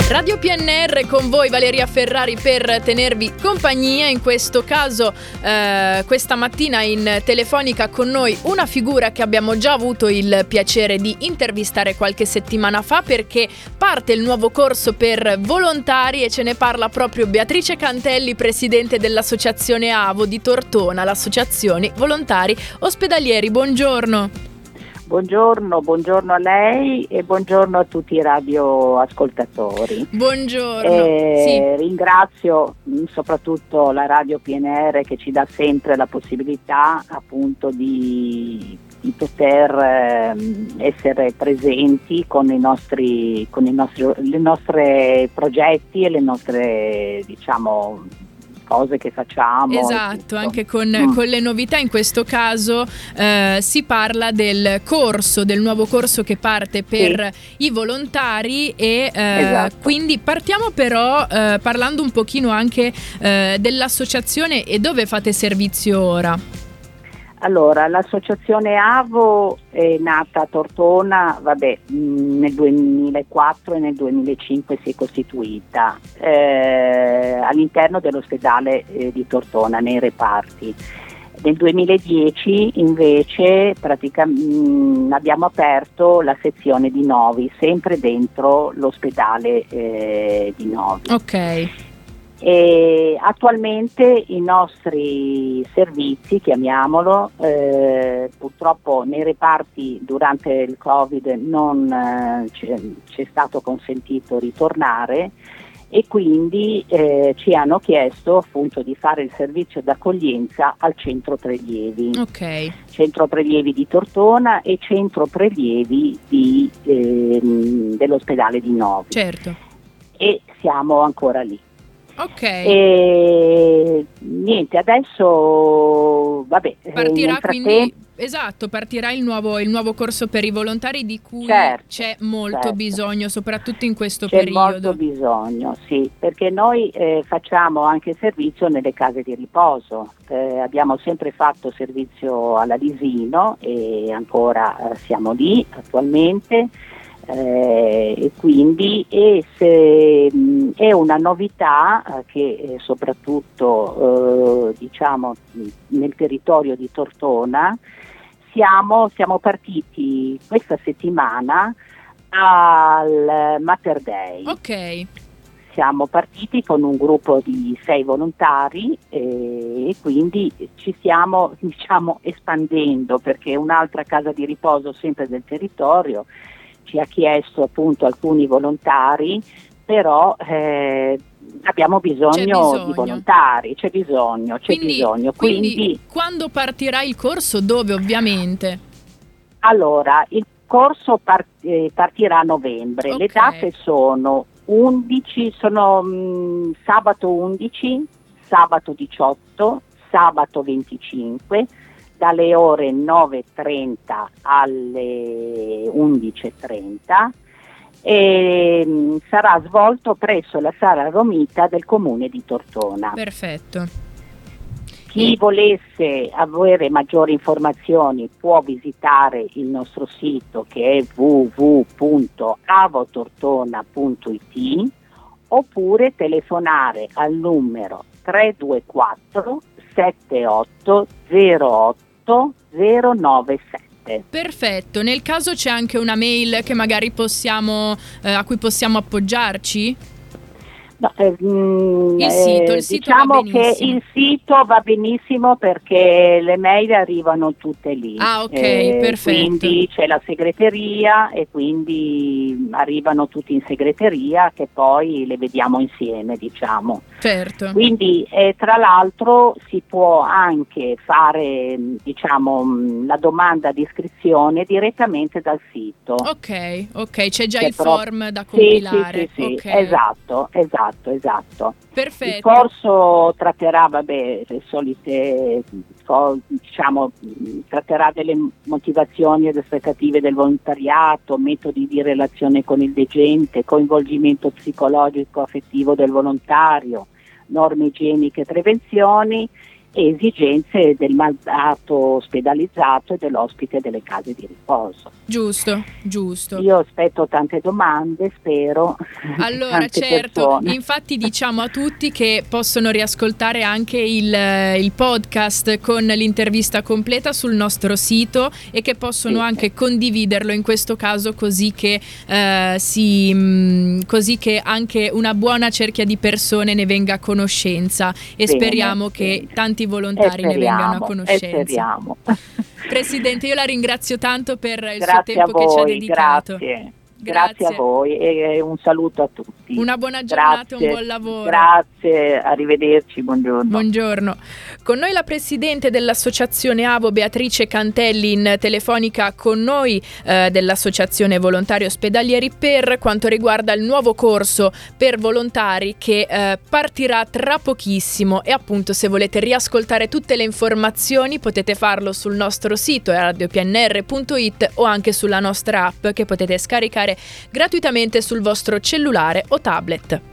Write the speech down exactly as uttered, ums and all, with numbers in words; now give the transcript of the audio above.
Radio P N R con voi, Valeria Ferrari, per tenervi compagnia. In questo caso eh, questa mattina in telefonica con noi una figura che abbiamo già avuto il piacere di intervistare qualche settimana fa, perché parte il nuovo corso per volontari e ce ne parla proprio Beatrice Cantelli, presidente dell'associazione AVO di Tortona, l'associazione volontari ospedalieri. Buongiorno. Buongiorno, buongiorno a lei e buongiorno a tutti i radioascoltatori. Buongiorno. Eh, sì. Ringrazio mh, soprattutto la Radio P N R che ci dà sempre la possibilità appunto di, di poter eh, essere presenti con i nostri, con i nostri le nostre progetti e le nostre, diciamo, cose che facciamo. Esatto, anche con, mm. con le novità. In questo caso eh, si parla del corso, del nuovo corso che parte per sì. i volontari e eh, esatto. quindi partiamo però eh, parlando un pochino anche eh, dell'associazione e dove fate servizio ora. Allora, l'associazione AVO è nata a Tortona, vabbè, nel duemilaquattro e nel duemilacinque si è costituita eh, all'interno dell'ospedale eh, di Tortona, nei reparti. Nel duemiladieci invece pratica, mh, abbiamo aperto la sezione di Novi, sempre dentro l'ospedale eh, di Novi. Ok. E attualmente i nostri servizi, chiamiamolo, eh, purtroppo nei reparti durante il Covid non eh, ci è stato consentito ritornare e quindi eh, ci hanno chiesto appunto di fare il servizio d'accoglienza al centro prelievi. Ok. Centro prelievi di Tortona e centro prelievi di, eh, dell'ospedale di Novi. Certo. E siamo ancora lì. Ok. E niente, adesso vabbè, partirà nel frattempo, quindi esatto, partirà il nuovo, il nuovo corso per i volontari di cui certo, c'è molto certo. bisogno, soprattutto in questo c'è periodo. C'è molto bisogno, sì, perché noi eh, facciamo anche servizio nelle case di riposo. Eh, abbiamo sempre fatto servizio all'Alisino e ancora eh, siamo lì attualmente. Eh, e quindi e se, mh, è una novità eh, che eh, soprattutto eh, diciamo nel territorio di Tortona siamo, siamo partiti questa settimana al Mater Dei. Ok. Siamo partiti con un gruppo di sei volontari eh, e quindi ci stiamo, diciamo, espandendo, perché un'altra casa di riposo sempre del territorio ci ha chiesto appunto alcuni volontari, però eh, abbiamo bisogno, c'è bisogno di volontari, c'è bisogno, c'è quindi, bisogno. Quindi, quindi quando partirà il corso? Dove ovviamente? Allora, il corso part- eh, partirà a novembre, okay. Le date sono undici, sono mh, sabato undici, sabato diciotto, sabato venticinque, dalle ore nove e trenta alle undici e trenta e mh, sarà svolto presso la Sala Romita del Comune di Tortona. Perfetto. Chi volesse avere maggiori informazioni può visitare il nostro sito, che è w w w punto avotortona punto i t, oppure telefonare al numero tre due quattro sette otto zero otto zero nove sette. Perfetto, nel caso c'è anche una mail che magari possiamo eh, a cui possiamo appoggiarci? No, eh, mh, il sito, il eh, sito diciamo va benissimo. che il sito va benissimo perché le mail arrivano tutte lì. Ah, ok, eh, perfetto. Quindi c'è la segreteria e quindi arrivano tutti in segreteria che poi le vediamo insieme, diciamo. Certo. Quindi eh, tra l'altro si può anche fare, diciamo, la domanda di iscrizione direttamente dal sito. Ok, ok, c'è già C'è il pro- form da compilare. Sì, sì, sì, sì. Okay. Esatto, esatto, esatto. Perfetto. Il corso tratterà, vabbè, le solite, diciamo, tratterà delle motivazioni ed aspettative del volontariato, metodi di relazione con il degente, coinvolgimento psicologico affettivo del volontario, norme igieniche e prevenzioni e esigenze del malato ospedalizzato e dell'ospite delle case di riposo. Giusto, giusto. Io aspetto tante domande, spero. Allora, tante certo, persone. Infatti diciamo a tutti che possono riascoltare anche il, il podcast con l'intervista completa sul nostro sito e che possono Sì. anche condividerlo in questo caso, così che eh, si mh, così che anche una buona cerchia di persone ne venga a conoscenza e Bene, speriamo che bene. tanti volontari E ne vengano a speriamo, conoscenza. e speriamo. Presidente, io la ringrazio tanto per il Grazie suo tempo a voi, che ci ha dedicato. grazie. Grazie. Grazie a voi e un saluto a tutti. Una buona giornata e Grazie. un buon lavoro. Grazie, arrivederci, buongiorno. Buongiorno. Con noi la presidente dell'associazione AVO Beatrice Cantelli in telefonica con noi eh, dell'associazione Volontari Ospedalieri per quanto riguarda il nuovo corso per volontari che eh, partirà tra pochissimo e appunto se volete riascoltare tutte le informazioni potete farlo sul nostro sito radio p n r punto i t o anche sulla nostra app che potete scaricare gratuitamente sul vostro cellulare o tablet.